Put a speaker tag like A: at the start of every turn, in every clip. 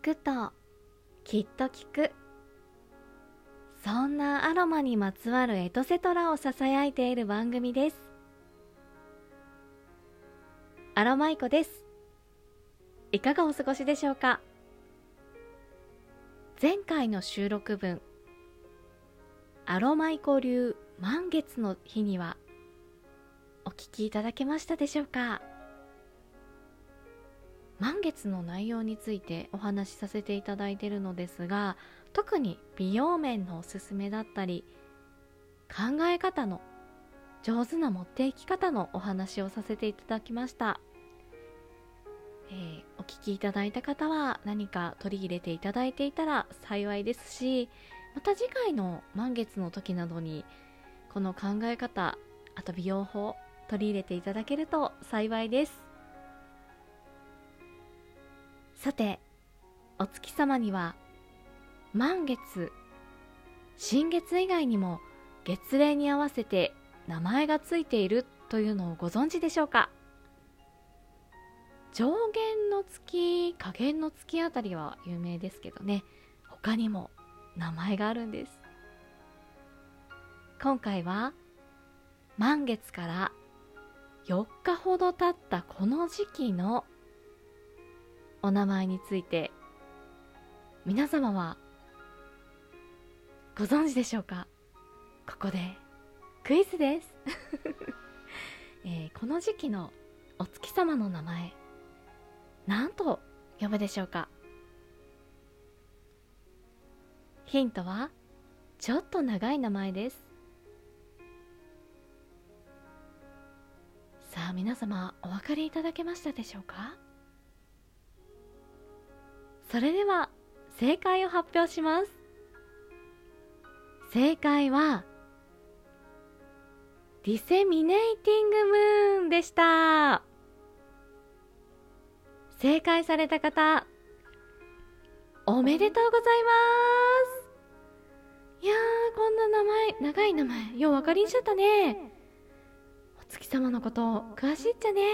A: くときっと効く、そんなアロマにまつわるエトセトラをささやいている番組です。アロマイコです。いかがお過ごしでしょうか。前回の収録分、アロマイコ流満月の日にはお聞きいただけましたでしょうか。満月の内容についてお話しさせていただいているのですが、特に美容面のおすすめだったり、考え方の上手な持っていき方のお話をさせていただきました。お聞きいただいた方は何か取り入れていただいていたら幸いですし、また次回の満月の時などにこの考え方、あと美容法取り入れていただけると幸いです。さて、お月様には満月、新月以外にも月齢に合わせて名前がついているというのをご存知でしょうか。上限の月、下限の月あたりは有名ですけどね、他にも名前があるんです。今回は満月から4日ほど経ったこの時期のお名前について皆様はご存知でしょうか。ここでクイズです、この時期のお月様の名前、何と呼ぶでしょうか。ヒントはちょっと長い名前です。さあ皆様、お分かりいただけましたでしょうか。それでは正解を発表します。正解はディセミネイティングムーンでした。正解された方、おめでとうございます。いやー、こんな名前、長い名前よう分かりんしゃったね。お月様のこと詳しいっちゃね。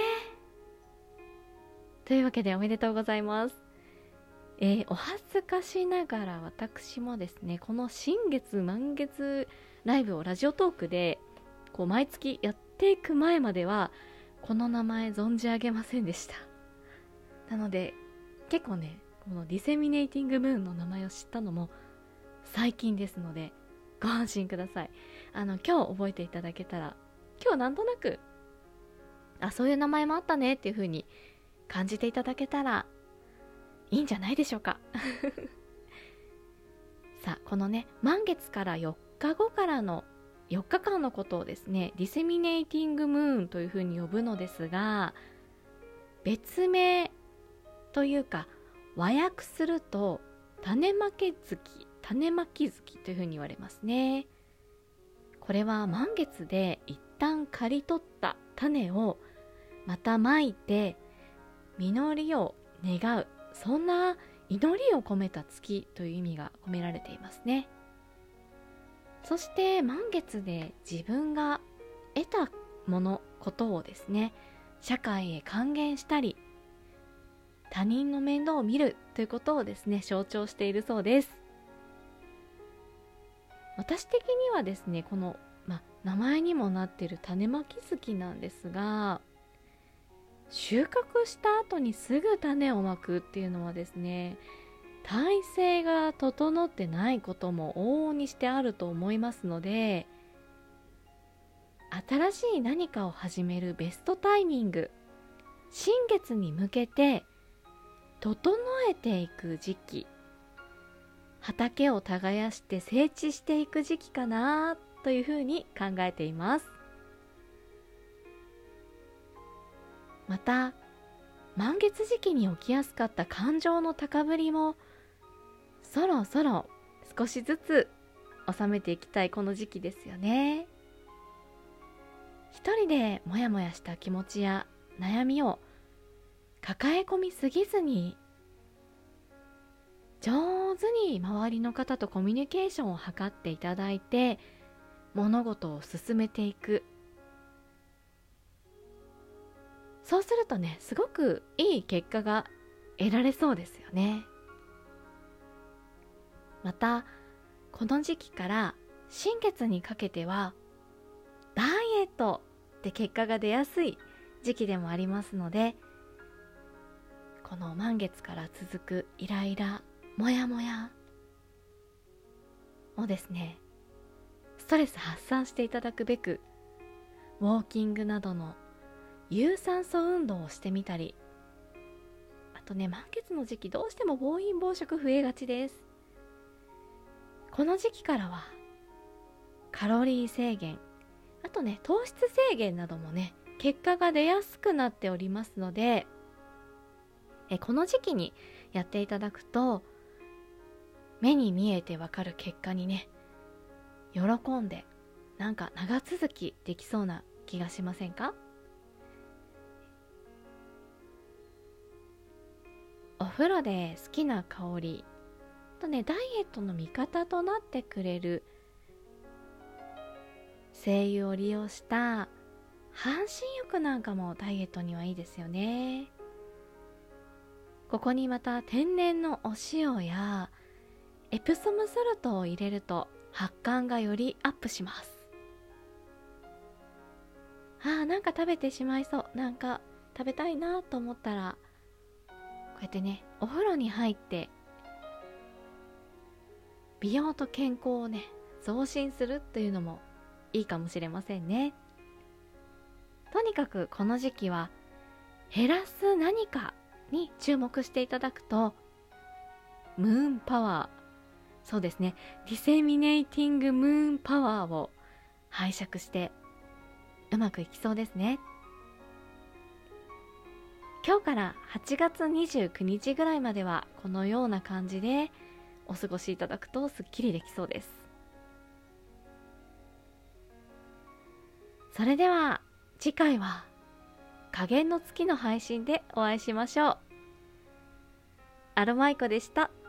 A: というわけでおめでとうございます。お恥ずかしながら私もですね、この新月満月ライブをラジオトークでこう毎月やっていく前まではこの名前存じ上げませんでした。なので結構ね、このディセミネイティングムーンの名前を知ったのも最近ですのでご安心ください。今日覚えていただけたら、今日なんとなくそういう名前もあったねっていう風に感じていただけたらいいんじゃないでしょうかさあ、このね、満月から4日後からの4日間のことをですね、ディセミネイティングムーンというふうに呼ぶのですが、別名というか和訳すると種まき月というふうに言われますね。これは満月で一旦刈り取った種をまたまいて実りを願う、そんな祈りを込めた月という意味が込められていますね。そして満月で自分が得たことをですね、社会へ還元したり、他人の面倒を見るということをですね、象徴しているそうです。私的にはですね、この、名前にもなっている種まき月なんですが、収穫した後にすぐ種をまくっていうのはですね、体制が整ってないことも往々にしてあると思いますので、新しい何かを始めるベストタイミング、新月に向けて整えていく時期、畑を耕して整地していく時期かなというふうに考えています。また満月時期に起きやすかった感情の高ぶりもそろそろ少しずつ収めていきたいこの時期ですよね。一人でモヤモヤした気持ちや悩みを抱え込みすぎずに、上手に周りの方とコミュニケーションを図っていただいて物事を進めていく。そうするとね、すごくいい結果が得られそうですよね。 またこの時期から新月にかけてはダイエットで結果が出やすい時期でもありますので、この満月から続くイライラ、モヤモヤをですね、ストレス発散していただくべく、ウォーキングなどの有酸素運動をしてみたり、あとね、満月の時期どうしても暴飲暴食増えがちです。この時期からはカロリー制限、あとね、糖質制限などもね、結果が出やすくなっておりますので、この時期にやっていただくと、目に見えてわかる結果にね、喜んで、なんか長続きできそうな気がしませんか？お風呂で好きな香りとね、ダイエットの味方となってくれる精油を利用した半身浴なんかもダイエットにはいいですよね。ここにまた天然のお塩やエプソムソルトを入れると発汗がよりアップします。なんか食べてしまいそう、なんか食べたいなと思ったら、こうやってね、お風呂に入って美容と健康をね増進するというのもいいかもしれませんね。とにかくこの時期は減らす何かに注目していただくと、ムーンパワー、そうですね、ディセミネイティングムーンパワーを拝借してうまくいきそうですね。今日から8月29日ぐらいまではこのような感じでお過ごしいただくとすっきりできそうです。それでは次回は下弦の月の配信でお会いしましょう。アロマイコでした。